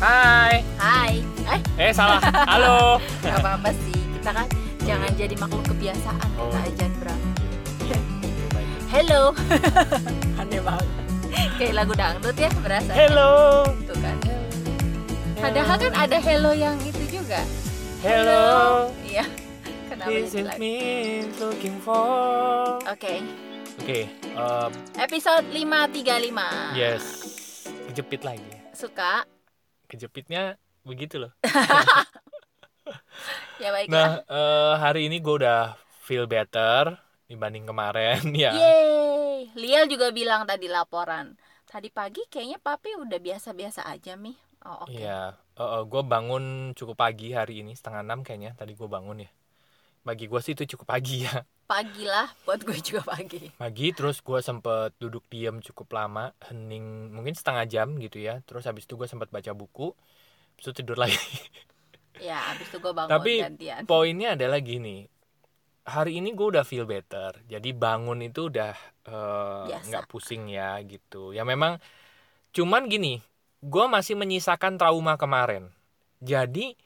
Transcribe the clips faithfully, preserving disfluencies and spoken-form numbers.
Hai. Hai. Eh, Eh salah. Halo. gak apa-apa sih. Kita kan jangan jadi makhluk kebiasaan. Oh. Kita ajan Bram. Baik. Hello. Aneh banget. Kayak lagu dangdut ya berasa. Hello. Tuh kan. Padahal kan ada hello yang itu juga. Hello. Iya. Kenapa This jadi is lagu? me looking for. Oke. Oke. um, Episode lima tiga lima. yes. Kejepit lagi. Suka? Kejepitnya begitu loh. Ya baiklah. Nah, eh, hari ini gue udah feel better dibanding kemarin ya. Yeay. Liel juga bilang tadi laporan. Tadi pagi kayaknya papi udah biasa-biasa aja, Mi. Oh, oke. Iya, gue bangun cukup pagi hari ini, setengah enam kayaknya tadi gue bangun ya. Bagi gue sih itu cukup pagi ya. Pagi lah, buat gue juga pagi. Pagi terus gue sempet duduk diam cukup lama, hening mungkin setengah jam gitu ya. Terus habis itu gue sempat baca buku, habis itu tidur lagi. Ya, abis itu gue bangun Tapi gantian. poinnya adalah gini, hari ini gue udah feel better. Jadi bangun itu udah eh, Biasa. nggak pusing ya gitu. Ya memang cuman gini, gue masih menyisakan trauma kemarin. Jadi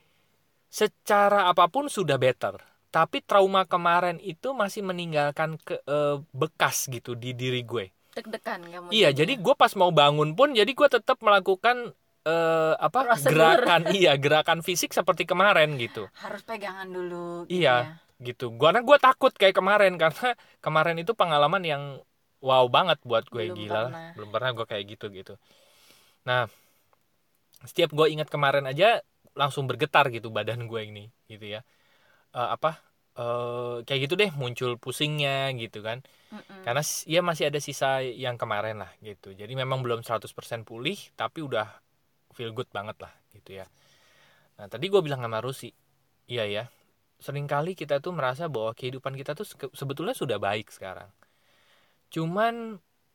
secara apapun sudah better. Tapi trauma kemarin itu masih meninggalkan ke, eh, bekas gitu di diri gue. Deg-degan kamu. Iya, jadinya. jadi gue pas mau bangun pun, jadi gue tetap melakukan eh, apa Prosedur. gerakan, iya gerakan fisik seperti kemarin gitu. harus pegangan dulu gitu Iya, ya. gitu. Gua karena gue takut kayak kemarin karena kemarin itu pengalaman yang wow banget buat gue. Belum Gila. pernah. Belum pernah gue kayak gitu gitu. Nah, setiap gue ingat kemarin aja langsung bergetar gitu badan gue ini, gitu ya. Eh, apa? Eh, kayak gitu deh, muncul pusingnya gitu kan. Mm-mm. Karena s- ya masih ada sisa yang kemarin lah gitu. Jadi memang belum seratus persen pulih, tapi udah feel good banget lah gitu ya. Nah, tadi gue bilang sama Rusi, iya ya, seringkali kita tuh merasa bahwa kehidupan kita tuh seke- sebetulnya sudah baik sekarang. Cuman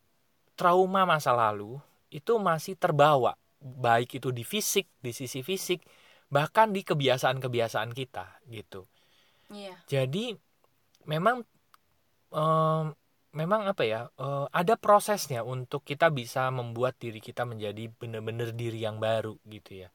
trauma masa lalu itu masih terbawa, baik itu di fisik, di sisi fisik, bahkan di kebiasaan-kebiasaan kita gitu. Iya. Jadi memang em, memang apa ya, eh, ada prosesnya untuk kita bisa membuat diri kita menjadi benar-benar diri yang baru gitu ya.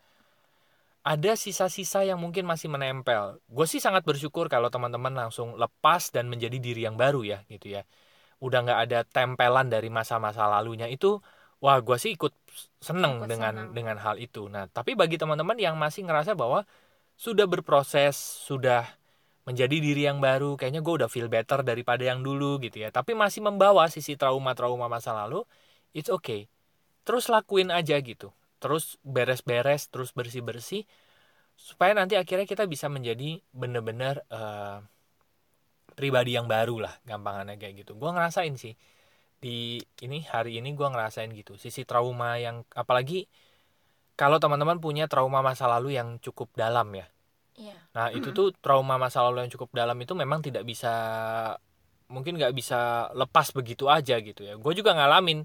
Ada sisa-sisa yang mungkin masih menempel. Gue sih sangat bersyukur kalau teman-teman langsung lepas dan menjadi diri yang baru ya gitu ya. Udah nggak ada tempelan dari masa-masa lalunya itu. Wah, gue sih ikut seneng Ikut dengan senang. dengan hal itu. Nah, tapi bagi teman-teman yang masih ngerasa bahwa sudah berproses, sudah menjadi diri yang baru, kayaknya gue udah feel better daripada yang dulu gitu ya. Tapi masih membawa sisi trauma-trauma masa lalu, it's okay. Terus lakuin aja gitu. Terus beres-beres, terus bersih-bersih, supaya nanti akhirnya kita bisa menjadi benar-benar eh, pribadi yang baru lah, gampangannya kayak gitu. Gue ngerasain sih di ini hari ini gue ngerasain gitu. Sisi trauma yang apalagi kalau teman-teman punya trauma masa lalu yang cukup dalam ya. Iya. Nah itu tuh trauma masa lalu yang cukup dalam itu memang tidak bisa, mungkin nggak bisa lepas begitu aja gitu ya. Gue juga ngalamin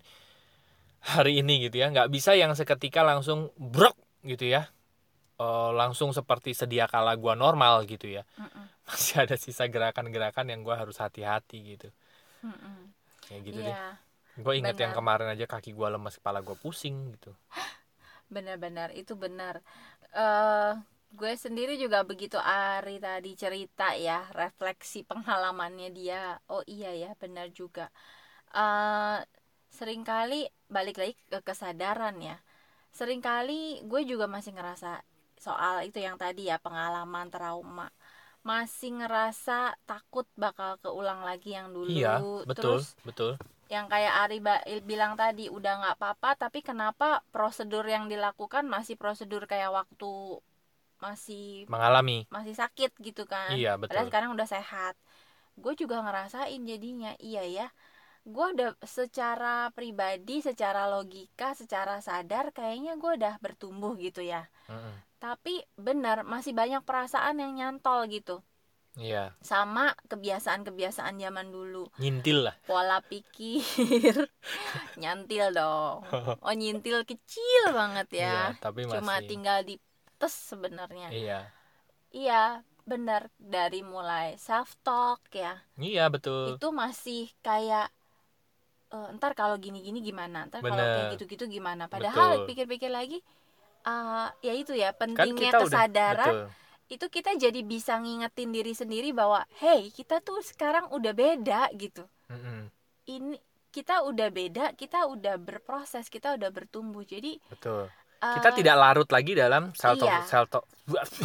hari ini gitu ya, nggak bisa yang seketika langsung brok gitu ya. Eh, langsung seperti sedia kala gue normal gitu ya. Mm-mm. Masih ada sisa gerakan-gerakan yang gue harus hati-hati gitu. Mm-mm. Kayak gitu deh. Iya. Gue inget yang Benar. kemarin aja kaki gue lemas, kepala gue pusing gitu. Benar-benar itu benar. Eh gue sendiri juga begitu Ari tadi cerita ya, refleksi pengalamannya dia. Oh iya ya, benar juga. Eh seringkali balik lagi ke kesadaran ya. Seringkali gue juga masih ngerasa soal itu yang tadi ya, pengalaman trauma. Masih ngerasa takut bakal keulang lagi yang dulu. Iya, betul, Terus betul. yang kayak Ari ba- bilang tadi, udah nggak apa-apa, tapi kenapa prosedur yang dilakukan masih prosedur kayak waktu masih Mengalami. masih sakit gitu kan. Iya, Padahal betul. sekarang udah sehat. Gue juga ngerasain jadinya, iya ya. Gue udah secara pribadi, secara logika, secara sadar kayaknya gue udah bertumbuh gitu ya. Mm-mm. Tapi benar masih banyak perasaan yang nyantol gitu. Iya, Sama kebiasaan-kebiasaan zaman dulu. nyintil lah. Pola pikir nyantil dong. Oh, nyintil kecil banget ya. Iya, tapi masih. Cuma tinggal di tes sebenarnya. Iya, Iya, benar, dari mulai self talk ya. iya betul. Itu masih kayak e, ntar kalau gini-gini gimana? Ntar kalau Bener. kayak gitu-gitu gimana? Padahal Betul. pikir-pikir lagi, uh, ya itu ya Kan pentingnya kita udah kesadaran. betul. Itu kita jadi bisa ngingetin diri sendiri bahwa hey, kita tuh sekarang udah beda gitu. Mm-mm. Ini kita udah beda, kita udah berproses, kita udah bertumbuh. Jadi Betul. uh, Kita tidak larut lagi dalam self talk, iya. self talk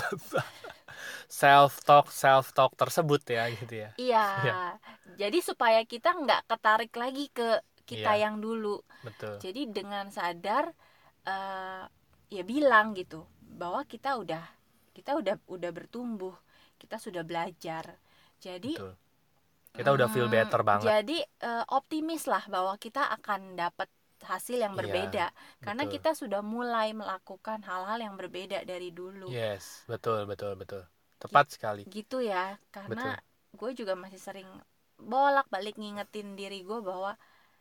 self talk self talk tersebut ya gitu ya. Iya. Ya. Jadi supaya kita nggak ketarik lagi ke kita Iya. yang dulu. Betul. Jadi dengan sadar uh, ya bilang gitu bahwa kita udah kita udah udah bertumbuh, kita sudah belajar. Jadi Betul. Kita udah feel better banget. Jadi uh, optimis lah bahwa kita akan dapat hasil yang berbeda, iya, karena betul. kita sudah mulai melakukan hal-hal yang berbeda dari dulu. Yes, betul betul betul. Tepat G- sekali. Gitu ya, karena gue juga masih sering bolak-balik ngingetin diri gue bahwa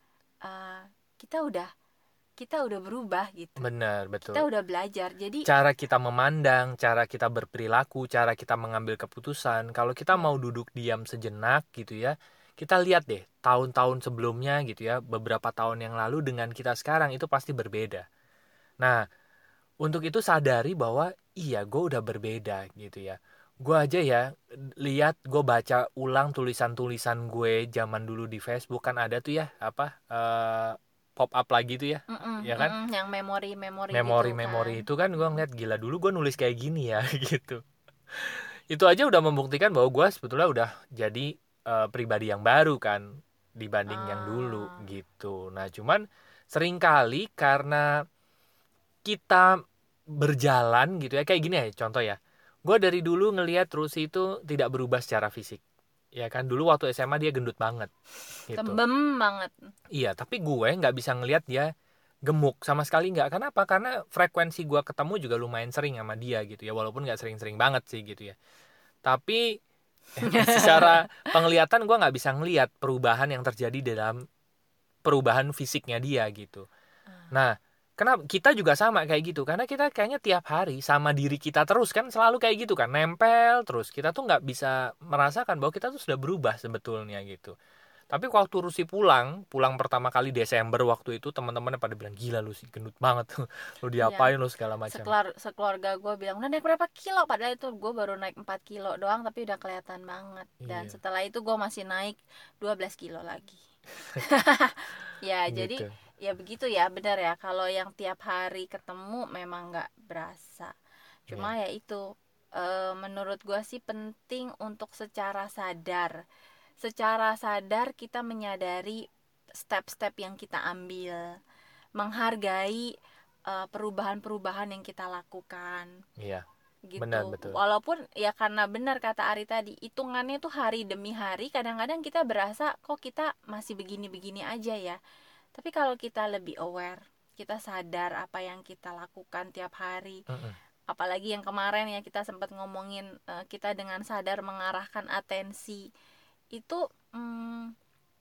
uh, kita udah kita udah berubah gitu. Benar, betul. Kita udah belajar. Jadi cara kita memandang, cara kita berperilaku, cara kita mengambil keputusan, kalau kita hmm. mau duduk diam sejenak gitu ya, kita lihat deh tahun-tahun sebelumnya gitu ya, beberapa tahun yang lalu dengan kita sekarang itu pasti berbeda. Nah, untuk itu sadari bahwa iya gue udah berbeda gitu ya. Gue aja ya lihat, gue baca ulang tulisan-tulisan gue zaman dulu di Facebook, kan ada tuh ya apa uh, pop up lagi tuh ya, Mm-mm, ya kan? mm-mm, yang memori-memori memori-memori gitu itu kan kan. gue ngeliat gila dulu gue nulis kayak gini ya gitu. Itu aja udah membuktikan bahwa gue sebetulnya udah jadi uh, pribadi yang baru kan dibanding ah. yang dulu gitu. Nah cuman seringkali karena kita berjalan gitu ya, kayak gini ya contoh ya, gue dari dulu ngelihat Rusi itu tidak berubah secara fisik ya kan. Dulu waktu S M A dia gendut banget gitu. Tembem banget. Iya, tapi gue nggak bisa ngelihat dia gemuk sama sekali, nggak. Kenapa? Karena frekuensi gue ketemu juga lumayan sering sama dia gitu ya, walaupun nggak sering-sering banget sih gitu ya. Tapi secara penglihatan gue nggak bisa ngelihat perubahan yang terjadi dalam perubahan fisiknya dia gitu. Nah, kenapa kita juga sama kayak gitu? Karena kita kayaknya tiap hari sama diri kita terus kan, selalu kayak gitu kan, nempel terus. Kita tuh nggak bisa merasakan bahwa kita tuh sudah berubah sebetulnya gitu. Tapi waktu Rusi pulang, pulang pertama kali Desember waktu itu, teman-temannya pada bilang, gila lu sih gendut banget, lu diapain iya. lu segala macam. Sekeluar, sekeluarga gue bilang udah naik berapa kilo, padahal itu gue baru naik empat kilo doang, tapi udah kelihatan banget. Dan Iya. setelah itu gue masih naik dua belas kilo lagi. Ya gitu. Jadi ya begitu ya, benar ya, kalau yang tiap hari ketemu memang nggak berasa. Cuma yeah. ya itu e, menurut gue sih penting untuk secara sadar secara sadar kita menyadari step-step yang kita ambil, menghargai uh, perubahan-perubahan yang kita lakukan. Iya. Gitu. Benar, betul. Walaupun ya karena benar kata Ari tadi, hitungannya tuh hari demi hari, kadang-kadang kita berasa kok kita masih begini-begini aja ya. Tapi kalau kita lebih aware, kita sadar apa yang kita lakukan tiap hari. Mm-mm. Apalagi yang kemarin ya kita sempat ngomongin uh, kita dengan sadar mengarahkan atensi. Itu hmm,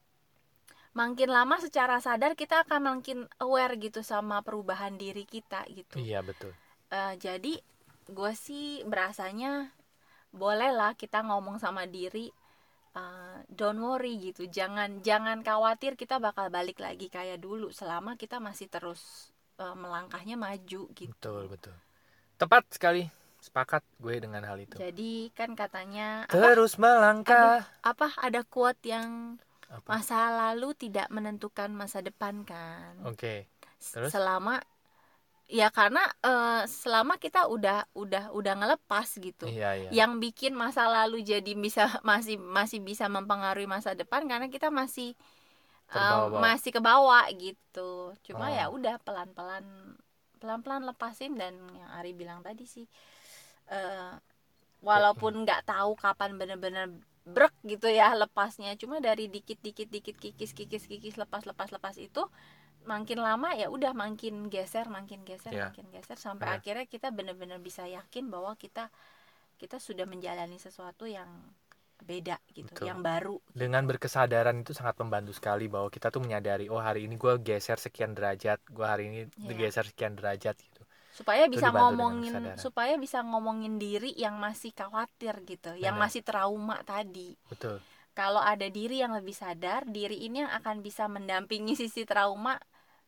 makin lama secara sadar kita akan makin aware gitu sama perubahan diri kita gitu. Iya betul. Uh, jadi gue sih berasanya bolehlah kita ngomong sama diri, uh, don't worry gitu, jangan jangan khawatir kita bakal balik lagi kayak dulu selama kita masih terus uh, melangkahnya maju gitu. Betul betul. Tepat sekali. Sepakat gue dengan hal itu. Jadi kan katanya terus apa? melangkah. Aduh, apa ada quote yang apa? Masa lalu tidak menentukan masa depan kan. Oke. Okay. Terus? Selama ya karena uh, selama kita udah udah udah ngelepas gitu. Iya, iya. Yang bikin masa lalu jadi bisa masih masih bisa mempengaruhi masa depan karena kita masih uh, masih ke bawah gitu. Cuma oh. ya udah pelan-pelan pelan-pelan lepasin. Dan yang Ari bilang tadi sih, Uh, walaupun nggak tahu kapan benar-benar brek gitu ya lepasnya, cuma dari dikit-dikit dikit kikis kikis kikis lepas lepas lepas itu makin lama ya udah makin geser makin geser yeah. makin geser sampai yeah. akhirnya kita benar-benar bisa yakin bahwa kita kita sudah menjalani sesuatu yang beda gitu. Betul. Yang baru gitu. Dengan berkesadaran itu sangat membantu sekali bahwa kita tuh menyadari, oh hari ini gue geser sekian derajat, gue hari ini yeah. geser sekian derajat gitu. Supaya bisa ngomongin supaya bisa ngomongin diri yang masih khawatir gitu, benar. Yang masih trauma tadi. Betul. Kalau ada diri yang lebih sadar, diri ini yang akan bisa mendampingi sisi trauma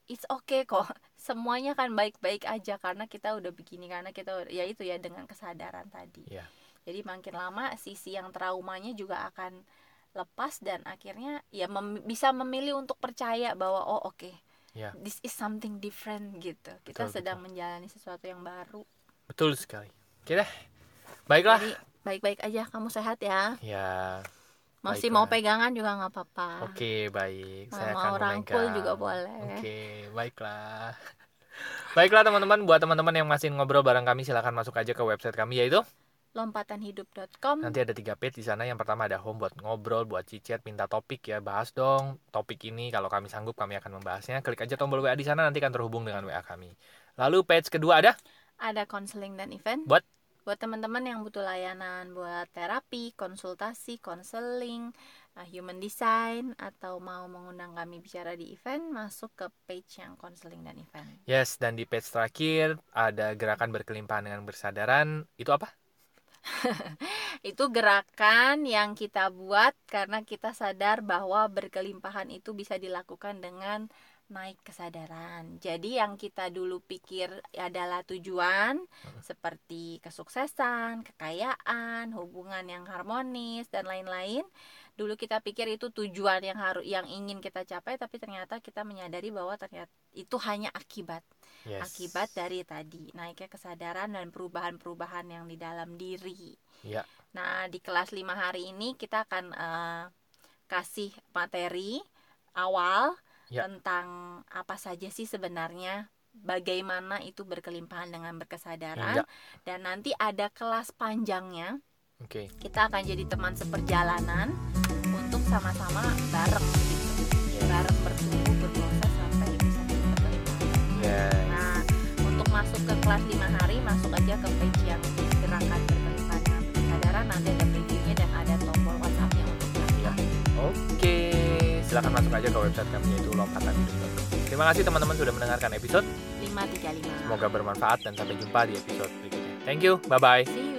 it's okay kok, semuanya kan baik-baik aja karena kita udah begini, karena kita ya itu ya dengan kesadaran tadi. Yeah. Jadi makin lama sisi yang traumanya juga akan lepas dan akhirnya ya mem- bisa memilih untuk percaya bahwa oh oke, okay, yeah. this is something different gitu. Kita Betul, sedang betul. menjalani sesuatu yang baru. Betul sekali. Oke deh. Baiklah. Jadi baik-baik aja, kamu sehat ya. Ya. Masih baiklah. mau pegangan juga nggak apa-apa. Oke, baik. Mau, Saya mau akan rangkul memegang. juga boleh. Oke, baiklah. Baiklah teman-teman, buat teman-teman yang masih ngobrol bareng kami, silakan masuk aja ke website kami yaitu lompatan hidup dot com. nanti ada tiga page di sana. Yang pertama ada home buat ngobrol, buat chat, minta topik ya, bahas dong topik ini. Kalau kami sanggup kami akan membahasnya. Klik aja tombol W A di sana, nanti akan terhubung dengan W A kami. Lalu page kedua ada Ada konseling dan event. Buat buat teman-teman yang butuh layanan buat terapi, konsultasi, konseling, uh, human design, atau mau mengundang kami bicara di event, masuk ke page yang konseling dan event. Yes, dan di page terakhir ada gerakan berkelimpahan dengan bersadaran. Itu apa? Itu gerakan yang kita buat karena kita sadar bahwa berkelimpahan itu bisa dilakukan dengan naik kesadaran. Jadi yang kita dulu pikir adalah tujuan hmm. seperti kesuksesan, kekayaan, hubungan yang harmonis dan lain-lain. Dulu kita pikir itu tujuan yang harus yang ingin kita capai, tapi ternyata kita menyadari bahwa ternyata itu hanya akibat. Yes. Akibat dari tadi naiknya kesadaran dan perubahan-perubahan yang di dalam diri. Ya. Nah, di kelas lima hari ini kita akan uh, kasih materi awal ya. Tentang apa saja sih sebenarnya, bagaimana itu berkelimpahan dengan berkesadaran ya. Dan nanti ada kelas panjangnya. Oke. Okay. Kita akan jadi teman seperjalanan untuk sama-sama bareng gitu. Yeah. Bareng bertumbuh berproses sampai bisa berkelimpahan. Yeah. Nah, untuk masuk ke kelas lima hari, masuk aja ke page yang gerakan berkelimpahan dengan berkesadaran, nanti ada previewnya dan ada tombol WhatsApp-nya untuk daftar. Oke. Okay. Silakan masuk aja ke website kami yaitu lompatan hidup dot com. Terima kasih teman-teman sudah mendengarkan episode lima tiga lima. Semoga bermanfaat dan sampai jumpa di episode berikutnya. Thank you, bye bye.